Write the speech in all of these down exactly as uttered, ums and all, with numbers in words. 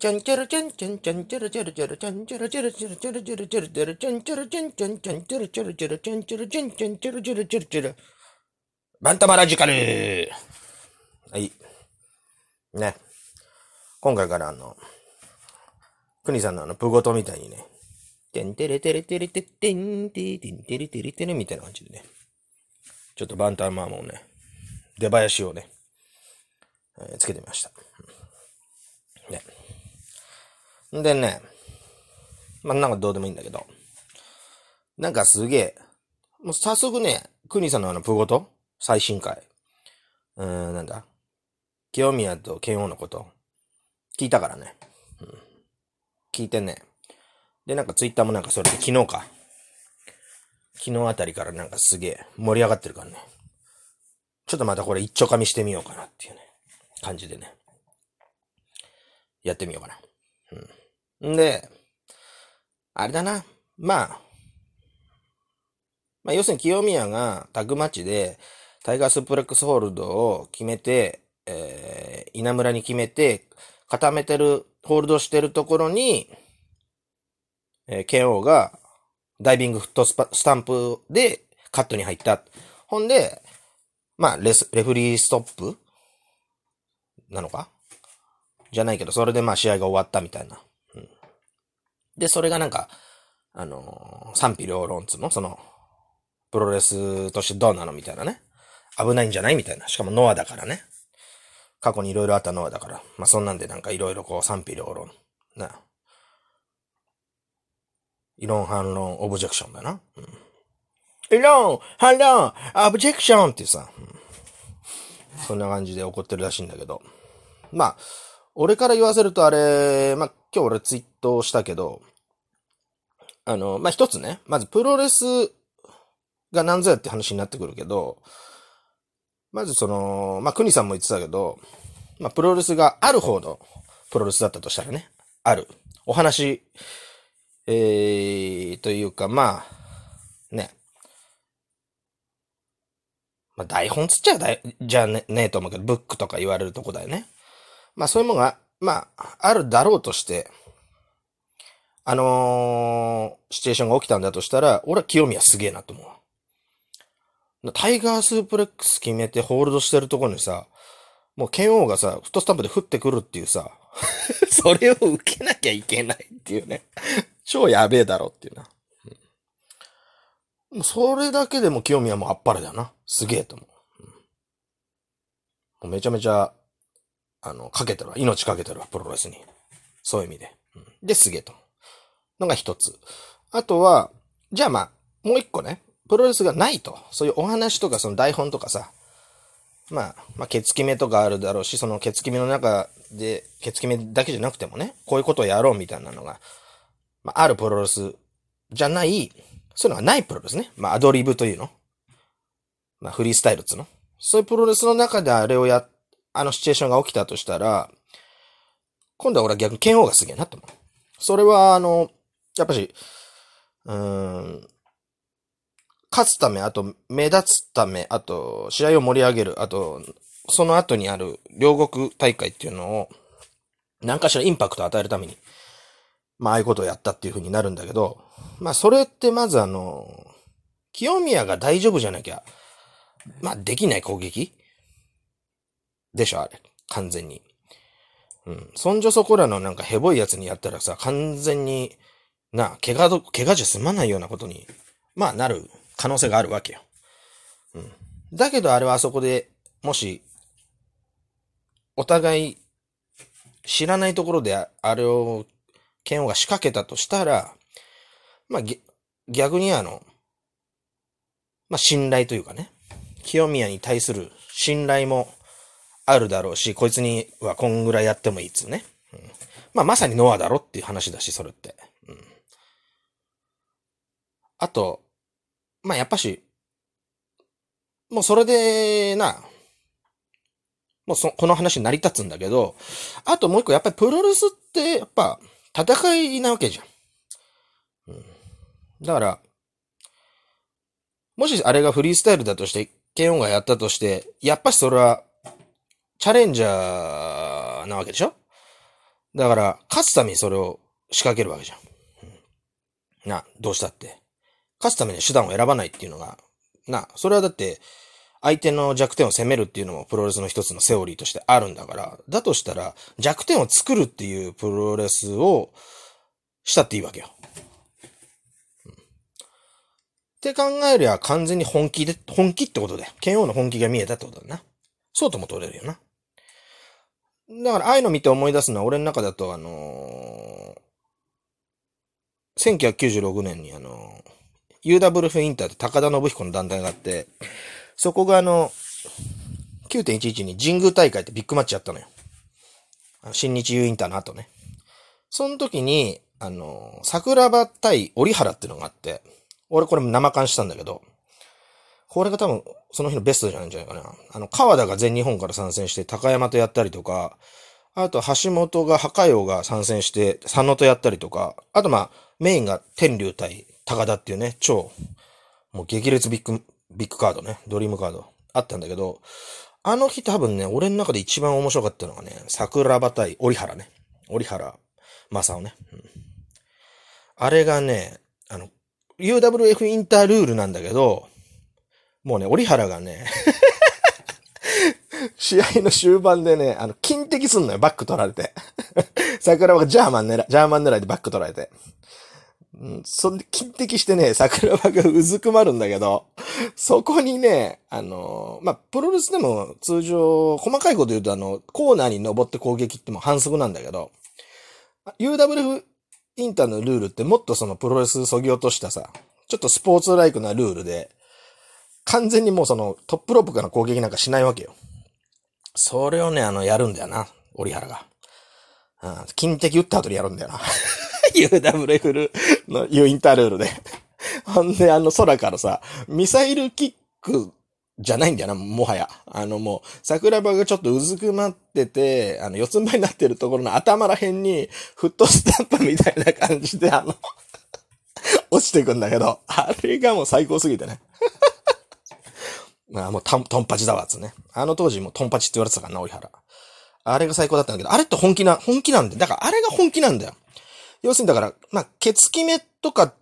ちゃんちゃらちゃんちゃんちゃんちゃらちゃらちゃらちゃんちゃらちゃらちゃらちゃらちゃらちゃらちゃらちゃんちゃらちゃんちゃんちゃんちゃらちゃらちゃらちゃんちゃらちゃんちゃんちゃらちゃらちゃらちゃらバンタマラジカル。はい。ね。今回からあの、クニさんのあの、プゴトみたいにね、てんてれてれてれてってんててんてれてれてれみたいな感じでね、ちょっとバンタマーもね、出囃子をね、えーつけてみました。ね。んでね、まあ、なんかどうでもいいんだけど、なんかすげえ、もう早速ね、クニさんのあの、プゴト最新回。うーん、なんだ清宮と剣王のこと、聞いたからね。うん、聞いてね。で、なんかツイッターもなんかそれで昨日か。昨日あたりからなんかすげえ盛り上がってるからね。ちょっとまたこれ一丁噛みしてみようかなっていうね、感じでね。やってみようかな。うん。んで、あれだな。まあ、まあ要するに清宮がタグマッチでタイガースプレックスホールドを決めて、えー、稲村に決めて固めてる、ホールドしてるところに、えー、ケーオー がダイビングフットスパスタンプでカットに入った。ほんで、まあレス、レフリーストップなのかじゃないけど、それでまあ試合が終わったみたいな。うん、で、それがなんか、あのー賛否両論つの、その、プロレスとしてどうなのみたいなね。危ないんじゃないみたいな。しかもノアだからね。過去にいろいろあったノアだから。まあそんなんでなんかいろいろこう賛否両論。な。異論反論、オブジェクションだな。うん、異論反論、オブジェクションってさ、うん、そんな感じで怒ってるらしいんだけど。まあ、俺から言わせるとあれ、まあ今日俺ツイートしたけど、あの、まあ一つね、まずプロレスが何ぞやって話になってくるけど、まずその、まあ、国さんも言ってたけど、まあ、プロレスがある方のプロレスだったとしたらね、ある。お話、えー、というか、まあ、ね。まあ、台本つっちゃだい、じゃね、ねえと思うけど、ブックとか言われるとこだよね。まあ、そういうものが、まあ、あるだろうとして、あのー、シチュエーションが起きたんだとしたら、俺は清宮すげえなと思う。タイガースープレックス決めてホールドしてるところにさ、もう剣王がさ、フットスタンプで降ってくるっていうさ、それを受けなきゃいけないっていうね。超やべえだろっていうな。もうそれだけでも清宮もあっぱれだな。すげえと思う。もうめちゃめちゃ、あの、かけてるわ。命かけてるわ、プロレスに。そういう意味で。うん、で、すげえと思う。のが一つ。あとは、じゃあまあ、もう一個ね。プロレスがないと。そういうお話とかその台本とかさ。まあ、まあ、ケツ決めとかあるだろうし、そのケツ決めの中で、ケツ決めだけじゃなくてもね、こういうことをやろうみたいなのが、まあ、あるプロレスじゃない、そういうのがないプロレスね。まあ、アドリブというの。まあ、フリースタイルっつうの。そういうプロレスの中であれをや、あのシチュエーションが起きたとしたら、今度は俺は逆に剣王がすげえなと思う。それは、あの、やっぱし、うーん、勝つため、あと、目立つため、あと、試合を盛り上げる、あと、その後にある両国大会っていうのを、何かしらインパクトを与えるために、まあ、ああいうことをやったっていう風になるんだけど、まあ、それってまずあの、清宮が大丈夫じゃなきゃ、まあ、できない攻撃でしょ、あれ。完全に。うん。そんじょそこらのなんかヘボいやつにやったらさ、完全に、な、怪我ど、怪我じゃ済まないようなことに、まあ、なる可能性があるわけよ。うん。だけどあれはあそこで、もし、お互い知らないところであれを、剣王が仕掛けたとしたら、まあ、逆にあの、まあ、信頼というかね、清宮に対する信頼もあるだろうし、こいつにはこんぐらいやってもいいっつうね。うん、まあ、まさにノアだろっていう話だし、それって。うん、あと、まあ、やっぱし、もうそれでな、もうそ、この話に成り立つんだけど、あともう一個、やっぱりプロレスって、やっぱ、戦いなわけじゃん。うん、だから、もしあれがフリースタイルだとして、ケンオンがやったとして、やっぱしそれは、チャレンジャーなわけでしょ。 だから、勝つためにそれを仕掛けるわけじゃん。うん、な、どうしたって。勝つために手段を選ばないっていうのが、な、それはだって、相手の弱点を攻めるっていうのもプロレスの一つのセオリーとしてあるんだから、だとしたら弱点を作るっていうプロレスをしたっていいわけよ。うん、って考えりゃ完全に本気で、本気ってことで、ケーオー の本気が見えたってことだな。そうとも取れるよな。だからああいうの見て思い出すのは俺の中だとあのー、せんきゅうひゃくきゅうじゅうろくねんにあのー、ユーダブリューエフ インターって高田信彦の団体があって、そこがあの、きゅうてんいちいちに神宮大会ってビッグマッチやったのよ。新日 U インターの後ね。その時に、あの、桜庭対折原っていうのがあって、俺これ生観したんだけど、これが多分その日のベストじゃないんじゃないかな。あの、川田が全日本から参戦して高山とやったりとか、あと橋本が破壊王が参戦して佐野とやったりとか、あとまあ、メインが天竜対高田っていうね、超、もう激烈ビッグ、ビッグカードね、ドリームカードあったんだけど、あの日多分ね、俺の中で一番面白かったのがね、桜庭対折原ね。折原正夫ね、うん。あれがね、あの、ユーダブリューエフ インタールールなんだけど、もうね、折原がね、試合の終盤でね、あの、金敵すんのよ、バック取られて。桜庭がジャーマン狙い、ジャーマン狙いでバック取られて。うん、そんで、金敵してね、桜庭がうずくまるんだけど、そこにね、あのー、まあ、プロレスでも通常、細かいこと言うとあの、コーナーに登って攻撃っても反則なんだけど、ユーダブリューエフ インターのルールってもっとそのプロレス削ぎ落としたさ、ちょっとスポーツライクなルールで、完全にもうそのトップロープからの攻撃なんかしないわけよ。それをね、あの、やるんだよな、折原が。うん、金敵打った後にやるんだよな。ユーダブリューエフ の U インタールールで。ほんで、あの空からさ、ミサイルキックじゃないんだよな、もはや。あのもう、桜庭がちょっとうずくまってて、あの、四つん這いになってるところの頭ら辺に、フットスタンプみたいな感じで、あの、落ちてくんだけど、あれがもう最高すぎてね。まあもうトン、トンパチだわ、つね。あの当時もトンパチって言われてたからな、折原。あれが最高だったんだけど、あれって本気な、本気なんで、だからあれが本気なんだよ。要するにだから、まあ、ケツ決めとかって、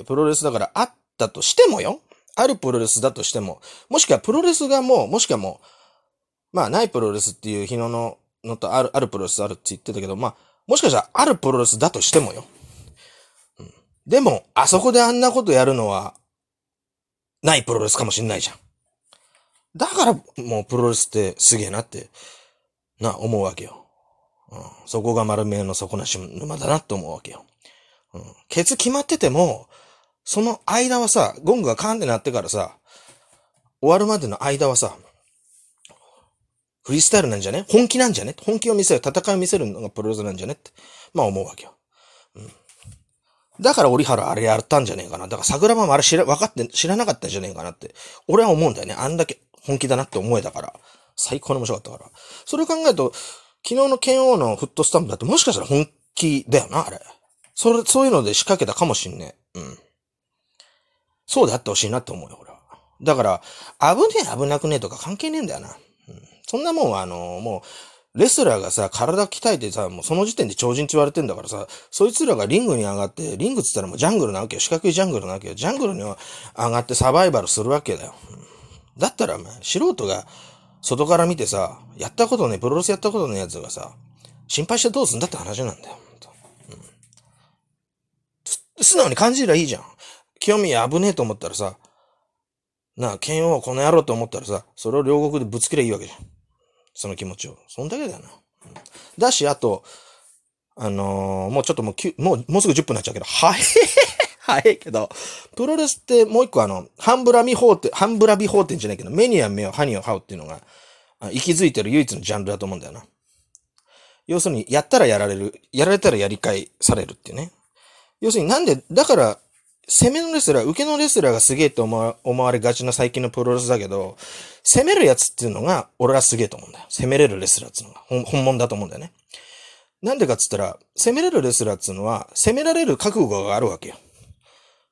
プロレスだからあったとしてもよ。あるプロレスだとしても。もしくはプロレスがもう、もしくはもう、まあ、ないプロレスっていう日野ののとある、あるプロレスあるって言ってたけど、まあ、もしかしたらあるプロレスだとしてもよ。うん、でも、あそこであんなことやるのは、ないプロレスかもしんないじゃん。だから、もうプロレスってすげえなって、な、思うわけよ。うん、そこが丸めの底なし沼だなって思うわけよ。うん、ケツ決まってても、その間はさ、ゴングがカーンってなってからさ、終わるまでの間はさ、フリースタイルなんじゃね？本気なんじゃね？本気を見せる、戦いを見せるのがプロレスなんじゃねって、まあ思うわけよ。うん、だから折原あれやったんじゃねえかな。だから桜庭もあれ知ら、分かって、知らなかったんじゃねえかなって、俺は思うんだよね。あんだけ本気だなって思えたから。最高に面白かったから。それを考えると、昨日の剣王のフットスタンプだってもしかしたら本気だよな、あれ。それ、そういうので仕掛けたかもしんねえ。うん。そうであってほしいなって思うよ、俺は。だから、危ねえ危なくねえとか関係ねえんだよな。うん、そんなもんは、あの、もう、レスラーがさ、体鍛えてさ、もうその時点で超人って言われてんだからさ、そいつらがリングに上がって、リングっつったらもうジャングルなわけよ。四角いジャングルなわけよ。ジャングルに上がってサバイバルするわけだよ。うん、だったら、まあ、素人が外から見てさ、やったことね、プロレスやったことねえやつがさ、心配してどうすんだって話なんだよ。うん、素直に感じりゃいいじゃん。清宮危ねえと思ったらさ、なあ、剣王この野郎と思ったらさ、それを両国でぶつけりゃいいわけじゃん。その気持ちを。そんだけだよな。うん、だし、あと、あのー、もうちょっともう、もう、もうすぐじゅっぷんになっちゃうけど、早い早いけど、プロレスってもう一個あの、ハンブラビ法典、ハンブラビ法典じゃないけど、目には目を、歯には歯をっていうのが、息づいてる唯一のジャンルだと思うんだよな。要するに、やったらやられる、やられたらやり返されるっていうね。要するになんで、だから、攻めのレスラー、受けのレスラーがすげえと思われがちな最近のプロレスだけど、攻めるやつっていうのが、俺はすげえと思うんだよ。攻めれるレスラーっていうのが、本物だと思うんだよね。なんでかっつったら、攻めれるレスラーっていうのは、攻められる覚悟があるわけよ。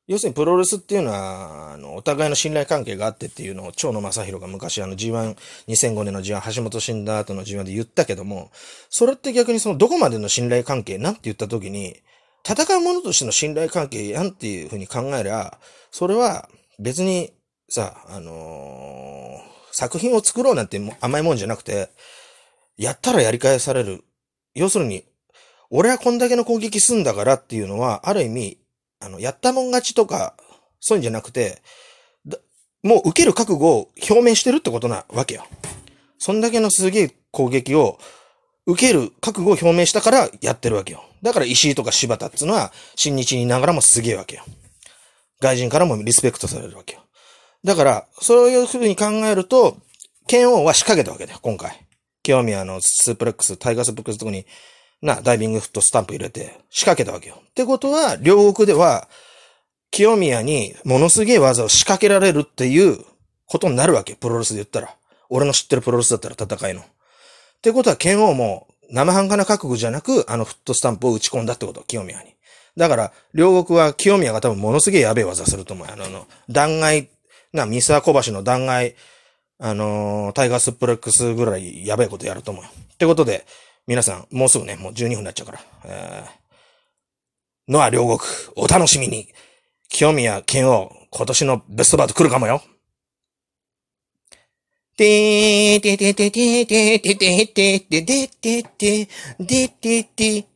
要するにプロレスっていうのは、あの、お互いの信頼関係があってっていうのを、蝶野正宏が昔あの ジーワン、にせんごねんの ジーワン、橋本死んだ後の ジーワン で言ったけども、それって逆にそのどこまでの信頼関係なんて言った時に、戦う者としての信頼関係やんっていうふうに考えりゃ、それは別にさ、あのー作品を作ろうなんて甘いもんじゃなくて、やったらやり返される。要するに、俺はこんだけの攻撃すんだからっていうのは、ある意味、あの、やったもん勝ちとか、そういうんじゃなくて、もう受ける覚悟を表明してるってことなわけよ。そんだけのすげえ攻撃を受ける覚悟を表明したからやってるわけよ。だから石井とか柴田っていうのは、新日にいながらもすげえわけよ。外人からもリスペクトされるわけよ。だから、そういう風に考えると、剣王は仕掛けたわけだよ、今回。清宮のスープレックス、タイガースープレックスのとこに、な、ダイビングフットスタンプ入れて仕掛けたわけよ。ってことは、両国では、清宮にものすげえ技を仕掛けられるっていうことになるわけよ。プロレスで言ったら。俺の知ってるプロレスだったら戦いの。ってことは、剣王も生半可な覚悟じゃなく、あのフットスタンプを打ち込んだってこと、清宮に。だから、両国は清宮が多分ものすげえやべえ技すると思うよ。あの、あの弾劾、な、三沢小橋の弾劾、あのー、タイガースプレックスぐらいやべえことやると思うよ。ってことで、皆さん、もうすぐね、もうじゅうにふんになっちゃうから。えー、ノア両国、お楽しみに。清宮剣王、今年のベストバウト来るかもよ。てーててててててててててててててて